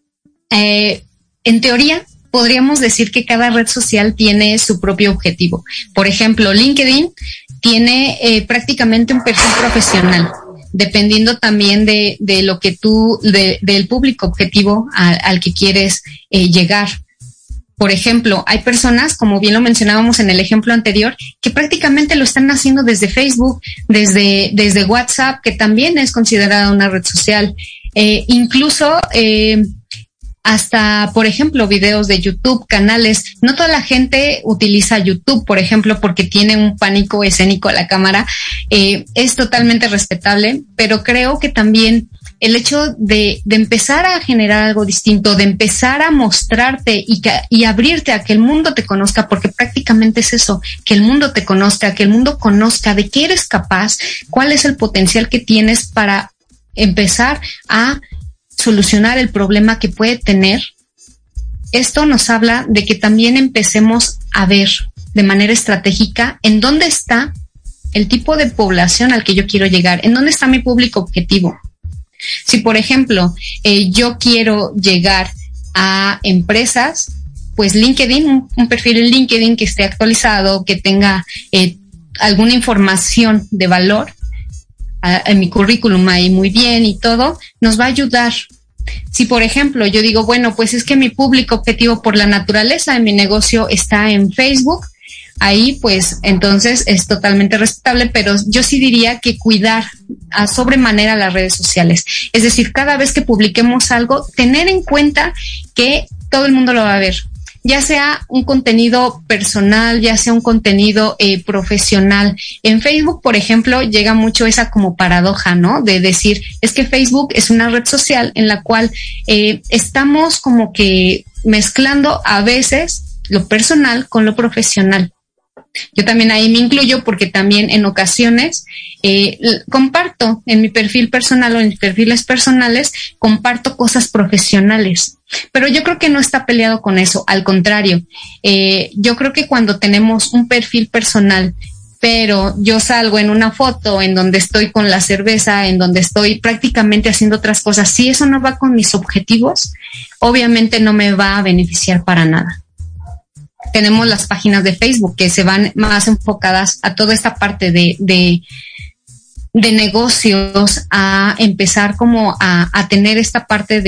en teoría podríamos decir que cada red social tiene su propio objetivo. Por ejemplo, LinkedIn tiene prácticamente un perfil profesional, dependiendo también de lo que del público objetivo al que quieres llegar. Por ejemplo, hay personas, como bien lo mencionábamos en el ejemplo anterior, que prácticamente lo están haciendo desde Facebook, desde WhatsApp, que también es considerada una red social. Incluso hasta, por ejemplo, videos de YouTube, canales. No toda la gente utiliza YouTube, por ejemplo, porque tiene un pánico escénico a la cámara. Es totalmente respetable, pero creo que también el hecho de empezar a generar algo distinto, de empezar a mostrarte y abrirte a que el mundo te conozca, porque prácticamente es eso, que el mundo te conozca, que el mundo conozca de qué eres capaz, cuál es el potencial que tienes para empezar a solucionar el problema que puede tener. Esto nos habla de que también empecemos a ver de manera estratégica en dónde está el tipo de población al que yo quiero llegar, en dónde está mi público objetivo. Si, por ejemplo, yo quiero llegar a empresas, pues LinkedIn, un perfil en LinkedIn que esté actualizado, que tenga alguna información de valor, en mi currículum ahí muy bien y todo, nos va a ayudar. Si, por ejemplo, yo digo, bueno, pues es que mi público objetivo por la naturaleza de mi negocio está en Facebook, ahí pues entonces es totalmente respetable, pero yo sí diría que cuidar a sobremanera las redes sociales. Es decir, cada vez que publiquemos algo, tener en cuenta que todo el mundo lo va a ver. Ya sea un contenido personal, ya sea un contenido profesional. En Facebook, por ejemplo, llega mucho esa como paradoja, ¿no? De decir, es que Facebook es una red social en la cual estamos como que mezclando a veces lo personal con lo profesional. Yo también ahí me incluyo porque también en ocasiones comparto en mi perfil personal o en mis perfiles personales, comparto cosas profesionales. Pero yo creo que no está peleado con eso, al contrario. Yo creo que cuando tenemos un perfil personal, pero yo salgo en una foto en donde estoy con la cerveza, en donde estoy prácticamente haciendo otras cosas, si eso no va con mis objetivos, obviamente no me va a beneficiar para nada. Tenemos las páginas de Facebook que se van más enfocadas a toda esta parte de negocios, a empezar como a tener esta parte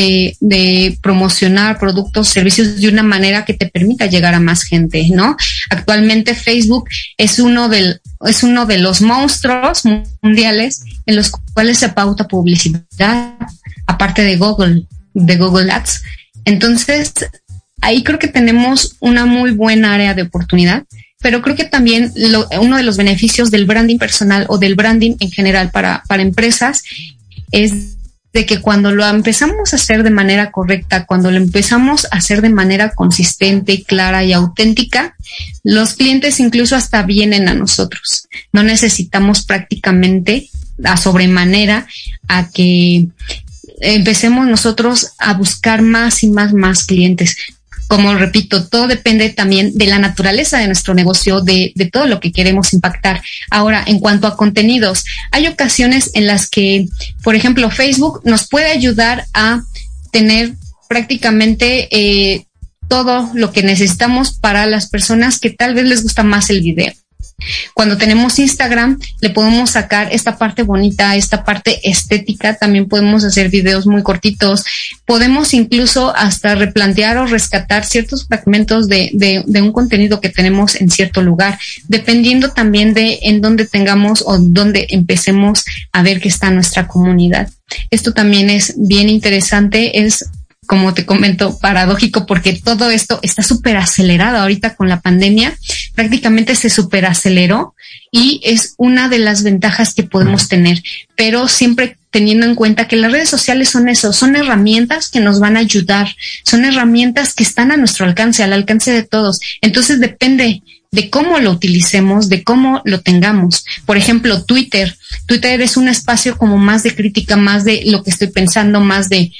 de promocionar productos, servicios de una manera que te permita llegar a más gente, ¿no? Actualmente Facebook es uno de los monstruos mundiales en los cuales se pauta publicidad, aparte de Google Ads. Entonces, ahí creo que tenemos una muy buena área de oportunidad, pero creo que también uno de los beneficios del branding personal o del branding en general para empresas es de que cuando lo empezamos a hacer de manera correcta, cuando lo empezamos a hacer de manera consistente, clara y auténtica, los clientes incluso hasta vienen a nosotros. No necesitamos prácticamente a sobremanera a que empecemos nosotros a buscar más y más clientes. Como repito, todo depende también de la naturaleza de nuestro negocio, de todo lo que queremos impactar. Ahora, en cuanto a contenidos, hay ocasiones en las que, por ejemplo, Facebook nos puede ayudar a tener prácticamente todo lo que necesitamos para las personas que tal vez les gusta más el video. Cuando tenemos Instagram, le podemos sacar esta parte bonita, esta parte estética. También podemos hacer videos muy cortitos. Podemos incluso hasta replantear o rescatar ciertos fragmentos de un contenido que tenemos en cierto lugar, dependiendo también de en dónde tengamos o dónde empecemos a ver que está nuestra comunidad. Esto también es bien interesante, es, como te comento, paradójico porque todo esto está súper acelerado ahorita con la pandemia, prácticamente se súper aceleró y es una de las ventajas que podemos tener, pero siempre teniendo en cuenta que las redes sociales son eso, son herramientas que nos van a ayudar, son herramientas que están a nuestro alcance, al alcance de todos. Entonces depende de cómo lo utilicemos, de cómo lo tengamos. Por ejemplo, Twitter es un espacio como más de crítica, más de lo que estoy pensando, más de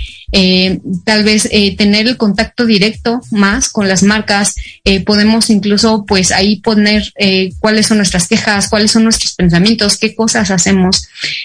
tal vez tener el contacto directo más con las marcas. Podemos incluso pues ahí poner cuáles son nuestras quejas, cuáles son nuestros pensamientos, qué cosas hacemos.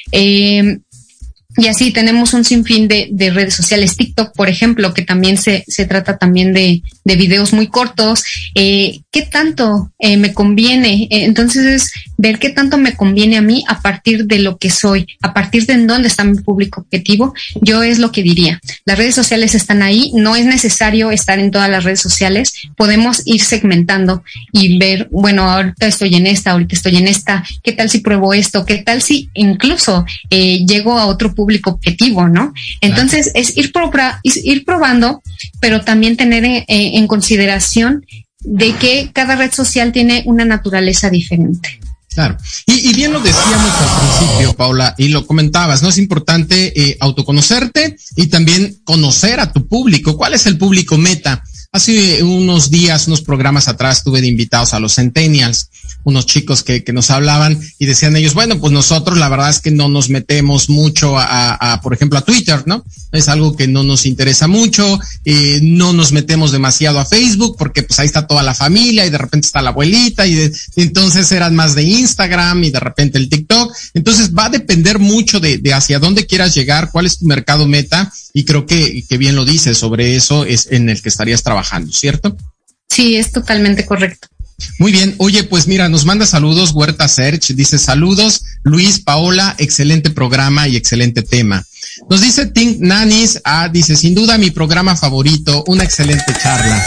Y así tenemos un sinfín de redes sociales. TikTok, por ejemplo, que también se trata también de videos muy cortos. ¿Qué tanto me conviene? Entonces es ver qué tanto me conviene a mí a partir de lo que soy, a partir de en dónde está mi público objetivo. Yo es lo que diría. Las redes sociales están ahí. No es necesario estar en todas las redes sociales. Podemos ir segmentando y ver, bueno, ahorita estoy en esta, ahorita estoy en esta. ¿Qué tal si pruebo esto? ¿Qué tal si incluso llego a otro público objetivo, ¿no? Entonces es ir probando, pero también tener en consideración de que cada red social tiene una naturaleza diferente. Claro. Y bien lo decíamos al principio, Paula, y lo comentabas, ¿no? Es importante autoconocerte y también conocer a tu público. ¿Cuál es el público meta? Hace unos días, unos programas atrás, tuve de invitados a los Centennials, unos chicos que nos hablaban y decían ellos, bueno, pues nosotros la verdad es que no nos metemos mucho por ejemplo, a Twitter, ¿no? Es algo que no nos interesa mucho, no nos metemos demasiado a Facebook porque pues ahí está toda la familia y de repente está la abuelita y entonces eran más de Instagram y de repente el TikTok. Entonces va a depender mucho de hacia dónde quieras llegar, cuál es tu mercado meta, y creo que bien lo dices, sobre eso es en el que estarías trabajando, ¿cierto? Sí, es totalmente correcto. Muy bien. Oye, pues mira, nos manda saludos Huerta Search, dice saludos Luis, Paola, excelente programa y excelente tema. Nos dice Tink Nanis, dice sin duda mi programa favorito, una excelente charla.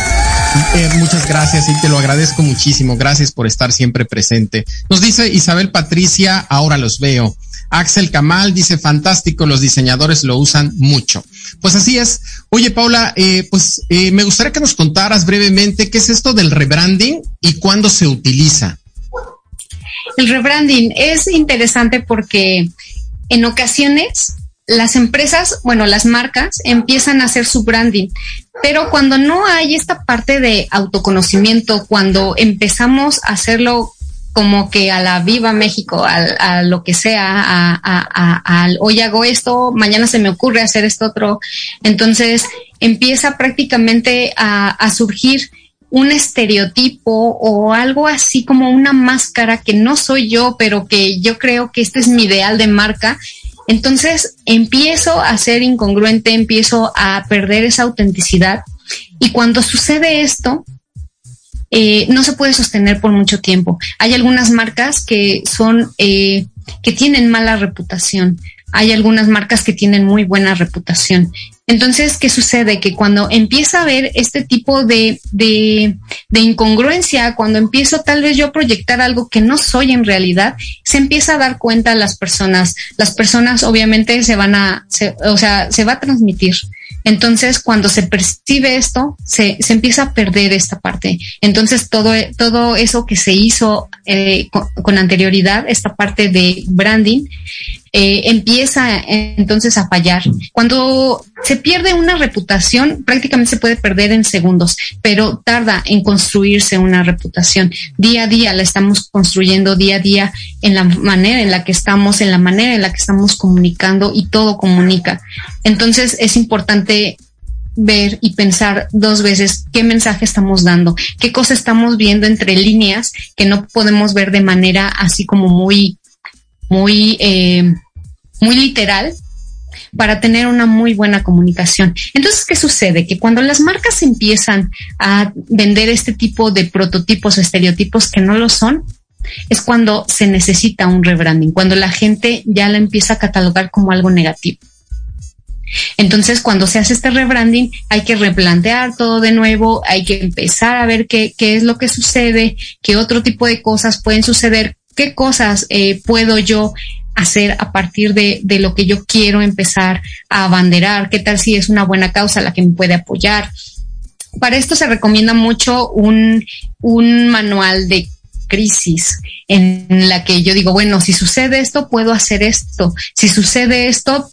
Muchas gracias y te lo agradezco muchísimo, gracias por estar siempre presente. Nos dice Isabel Patricia, ahora los veo. Axel Kamal dice fantástico, los diseñadores lo usan mucho. Pues así es. Oye, Paula, me gustaría que nos contaras brevemente qué es esto del rebranding y cuándo se utiliza. El rebranding es interesante porque en ocasiones las empresas, bueno, las marcas empiezan a hacer su branding, pero cuando no hay esta parte de autoconocimiento, cuando empezamos a hacerlo como que a la viva México, a lo que sea, hoy hago esto, mañana se me ocurre hacer esto otro, entonces empieza prácticamente a surgir un estereotipo o algo así como una máscara que no soy yo, pero que yo creo que este es mi ideal de marca. Entonces empiezo a ser incongruente, empiezo a perder esa autenticidad y cuando sucede esto, no se puede sostener por mucho tiempo. Hay algunas marcas que son, que tienen mala reputación. Hay algunas marcas que tienen muy buena reputación. Entonces, ¿qué sucede? Que cuando empieza a haber este tipo de incongruencia, cuando empiezo tal vez yo a proyectar algo que no soy en realidad, se empieza a dar cuenta las personas. Las personas obviamente se va a transmitir. Entonces, cuando se percibe esto, se empieza a perder esta parte. Entonces, todo eso que se hizo con anterioridad, esta parte de branding, empieza entonces a fallar. Cuando se pierde una reputación, prácticamente se puede perder en segundos, pero tarda en construirse una reputación. Día a día la estamos construyendo, día a día, en la manera en la que estamos, en la manera en la que estamos comunicando, y todo comunica. Entonces es importante ver y pensar 2 veces qué mensaje estamos dando, qué cosa estamos viendo entre líneas que no podemos ver de manera así como muy literal, para tener una muy buena comunicación. Entonces, ¿qué sucede? Que cuando las marcas empiezan a vender este tipo de prototipos o estereotipos que no lo son, es cuando se necesita un rebranding, cuando la gente ya la empieza a catalogar como algo negativo. Entonces, cuando se hace este rebranding, hay que replantear todo de nuevo, hay que empezar a ver qué es lo que sucede, qué otro tipo de cosas pueden suceder, qué cosas puedo yo hacer a partir de lo que yo quiero empezar a abanderar, qué tal si es una buena causa la que me puede apoyar. Para esto se recomienda mucho un manual de crisis en la que yo digo, bueno, si sucede esto, puedo hacer esto. Si sucede esto,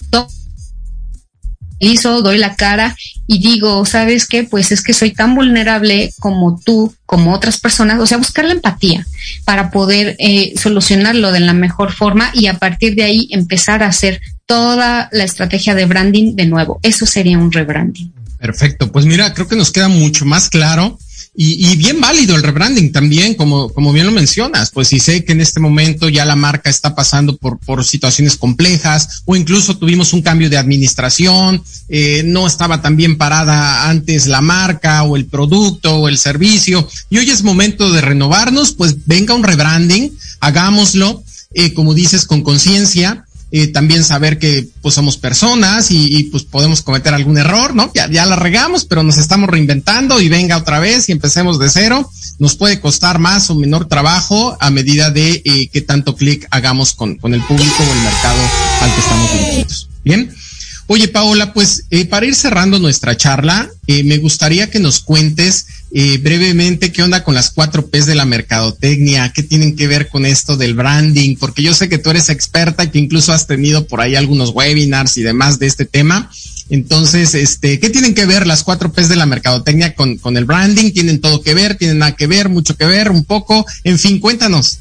doy la cara y digo, ¿sabes qué? Pues es que soy tan vulnerable como tú, como otras personas, o sea, buscar la empatía para poder solucionarlo de la mejor forma y a partir de ahí empezar a hacer toda la estrategia de branding de nuevo. Eso sería un rebranding. Perfecto, pues mira, creo que nos queda mucho más claro y bien válido el rebranding también, como bien lo mencionas, pues si sé que en este momento ya la marca está pasando por situaciones complejas o incluso tuvimos un cambio de administración, no estaba tan bien parada antes la marca o el producto o el servicio y hoy es momento de renovarnos, pues venga un rebranding, hagámoslo, como dices, con conciencia. También saber que pues somos personas y pues podemos cometer algún error, ¿no? Ya la regamos, pero nos estamos reinventando y venga otra vez y empecemos de cero. Nos puede costar más o menor trabajo a medida de qué tanto clic hagamos con el público o el mercado al que estamos dirigidos. Bien. Oye, Paola, pues para ir cerrando nuestra charla, me gustaría que nos cuentes brevemente qué onda con las 4 P's de la mercadotecnia, qué tienen que ver con esto del branding, porque yo sé que tú eres experta y que incluso has tenido por ahí algunos webinars y demás de este tema. Entonces, ¿qué tienen que ver las 4 P's de la mercadotecnia con el branding? ¿Tienen todo que ver? ¿Tienen nada que ver? ¿Mucho que ver? ¿Un poco? En fin, cuéntanos.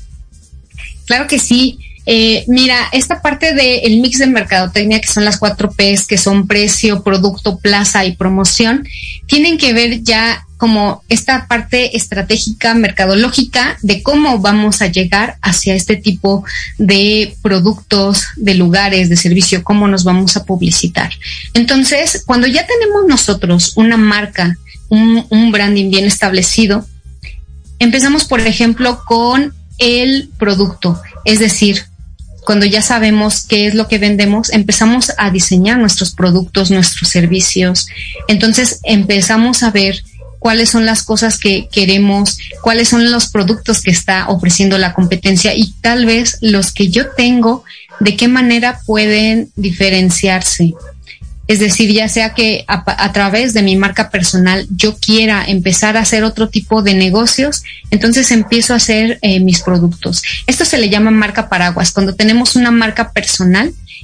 Claro que sí. Mira, esta parte del mix de mercadotecnia, que son las 4 P's, que son precio, producto, plaza y promoción, tienen que ver ya como esta parte estratégica, mercadológica, de cómo vamos a llegar hacia este tipo de productos, de lugares, de servicio, cómo nos vamos a publicitar. Entonces, cuando ya tenemos nosotros una marca, un branding bien establecido, empezamos, por ejemplo, con el producto, es decir, cuando ya sabemos qué es lo que vendemos, empezamos a diseñar nuestros productos, nuestros servicios. Entonces empezamos a ver cuáles son las cosas que queremos, cuáles son los productos que está ofreciendo la competencia y tal vez los que yo tengo, de qué manera pueden diferenciarse. Es decir, ya sea que a través de mi marca personal yo quiera empezar a hacer otro tipo de negocios, entonces empiezo a hacer mis productos. Esto se le llama marca paraguas. Cuando tenemos una marca personal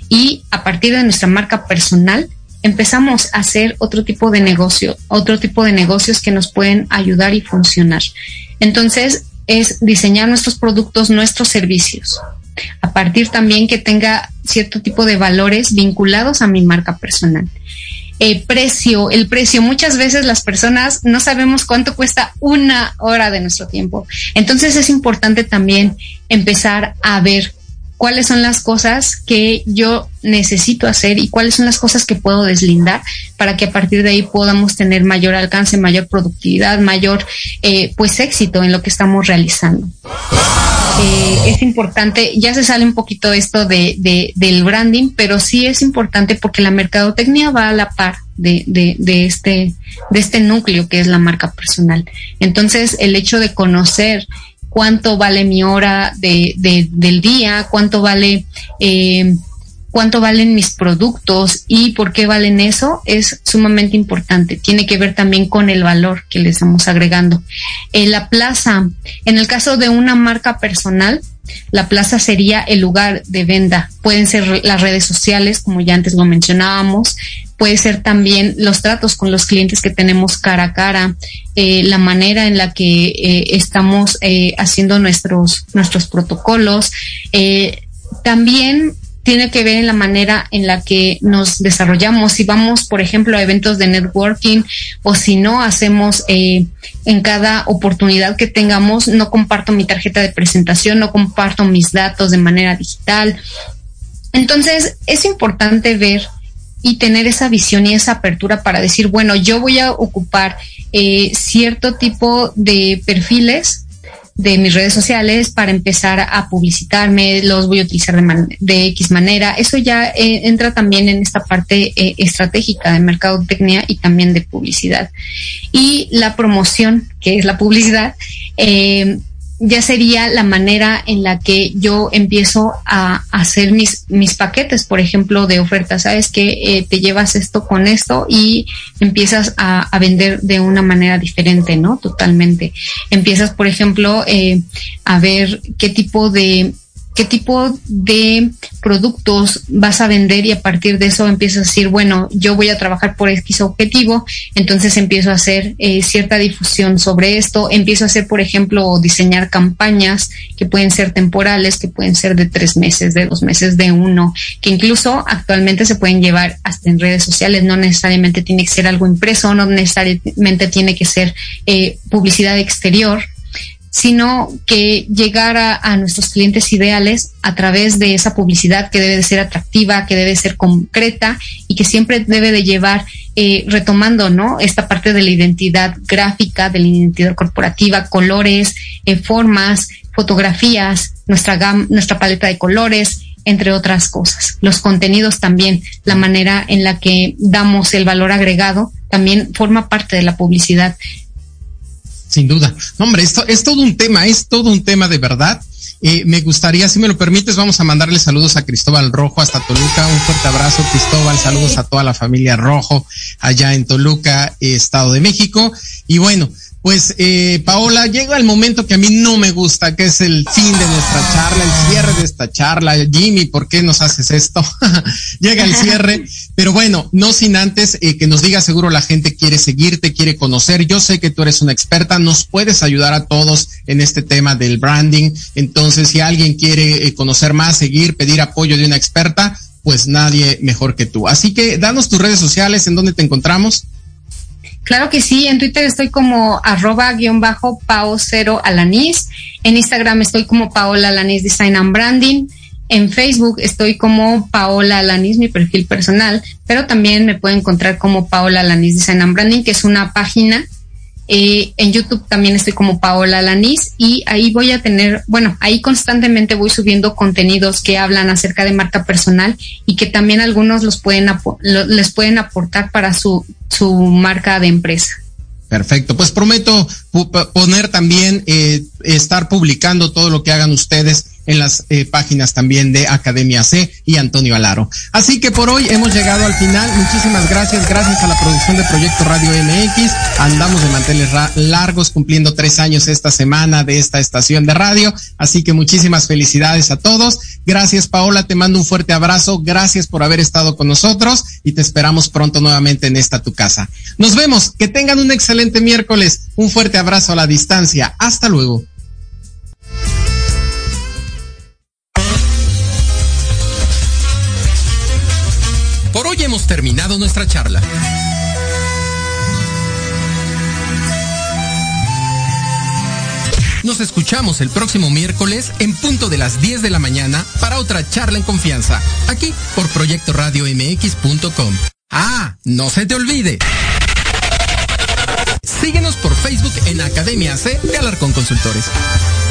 y a partir de nuestra marca personal empezamos a hacer otro tipo de negocios que nos pueden ayudar y funcionar. Entonces, es diseñar nuestros productos, nuestros servicios, a partir también que tenga cierto tipo de valores vinculados a mi marca personal. El precio, muchas veces las personas no sabemos cuánto cuesta 1 hora de nuestro tiempo. Entonces es importante también empezar a ver cuáles son las cosas que yo necesito hacer y cuáles son las cosas que puedo deslindar para que a partir de ahí podamos tener mayor alcance, mayor productividad, mayor pues éxito en lo que estamos realizando. Es importante, ya se sale un poquito esto del branding, pero sí es importante porque la mercadotecnia va a la par de este núcleo que es la marca personal. Entonces, el hecho de conocer cuánto vale mi hora del día, cuánto valen mis productos y por qué valen eso, es sumamente importante. Tiene que ver también con el valor que le estamos agregando. La plaza, en el caso de una marca personal, la plaza sería el lugar de venta. Pueden ser las redes sociales, como ya antes lo mencionábamos. Puede ser también los tratos con los clientes que tenemos cara a cara, la manera en la que estamos haciendo nuestros protocolos. También tiene que ver en la manera en la que nos desarrollamos. Si vamos, por ejemplo, a eventos de networking o si no hacemos en cada oportunidad que tengamos, no comparto mi tarjeta de presentación, no comparto mis datos de manera digital. Entonces, es importante ver y tener esa visión y esa apertura para decir, bueno, yo voy a ocupar cierto tipo de perfiles de mis redes sociales para empezar a publicitarme, los voy a utilizar de X manera. Eso ya entra también en esta parte estratégica de mercadotecnia y también de publicidad. Y la promoción, que es la publicidad, ya sería la manera en la que yo empiezo a hacer mis paquetes, por ejemplo, de ofertas. Sabes que te llevas esto con esto y empiezas a vender de una manera diferente, ¿no? Totalmente. Empiezas, por ejemplo, a ver qué tipo de productos vas a vender y a partir de eso empiezas a decir, bueno, yo voy a trabajar por X objetivo, entonces empiezo a hacer cierta difusión sobre esto, empiezo a hacer, por ejemplo, diseñar campañas que pueden ser temporales, que pueden ser de 3 meses, de 2 meses, de 1, que incluso actualmente se pueden llevar hasta en redes sociales, no necesariamente tiene que ser algo impreso, no necesariamente tiene que ser publicidad exterior, sino que llegar a nuestros clientes ideales a través de esa publicidad que debe de ser atractiva, que debe ser concreta y que siempre debe de llevar, retomando, ¿no?, esta parte de la identidad gráfica, de la identidad corporativa, colores, formas, fotografías, nuestra paleta de colores, entre otras cosas. Los contenidos también, la manera en la que damos el valor agregado, también forma parte de la publicidad. Sin duda. No, hombre, esto es todo un tema de verdad. Me gustaría, si me lo permites, vamos a mandarle saludos a Cristóbal Rojo hasta Toluca. Un fuerte abrazo, Cristóbal. Saludos a toda la familia Rojo allá en Toluca, Estado de México. Y bueno, pues Paola, llega el momento que a mí no me gusta, que es el fin de nuestra charla, el cierre de esta charla. Jimmy, ¿por qué nos haces esto? Llega el cierre, pero bueno, no sin antes que nos diga, seguro la gente quiere seguirte, quiere conocer. Yo sé que tú eres una experta, nos puedes ayudar a todos en este tema del branding. Entonces, si alguien quiere conocer más, seguir, pedir apoyo de una experta, pues nadie mejor que tú. Así que danos tus redes sociales, ¿en dónde te encontramos? Claro que sí, en Twitter estoy como @pao0alanis, en Instagram estoy como Paola Alanis Design and Branding, en Facebook estoy como Paola Alanis, mi perfil personal, pero también me pueden encontrar como Paola Alanis Design and Branding, que es una página. En YouTube también estoy como Paola Alanis y ahí voy a tener, bueno, ahí constantemente voy subiendo contenidos que hablan acerca de marca personal y que también algunos les pueden aportar para su marca de empresa. Perfecto, pues prometo poner también, estar publicando todo lo que hagan ustedes en las páginas también de Academia C y Antonio Alaro. Así que por hoy hemos llegado al final. Muchísimas gracias a la producción de Proyecto Radio MX. Andamos de manteles largos, cumpliendo 3 años esta semana de esta estación de radio. Así que muchísimas felicidades a todos. Gracias, Paola, te mando un fuerte abrazo. Gracias por haber estado con nosotros y te esperamos pronto nuevamente en esta tu casa. Nos vemos, que tengan un excelente miércoles. Un fuerte abrazo a la distancia. Hasta luego. Por hoy hemos terminado nuestra charla. Nos escuchamos el próximo miércoles en punto de las 10 de la mañana para otra charla en confianza, aquí por proyectoradiomx.com. Ah, no se te olvide. Síguenos por Facebook en Academia C de Alarcón Consultores.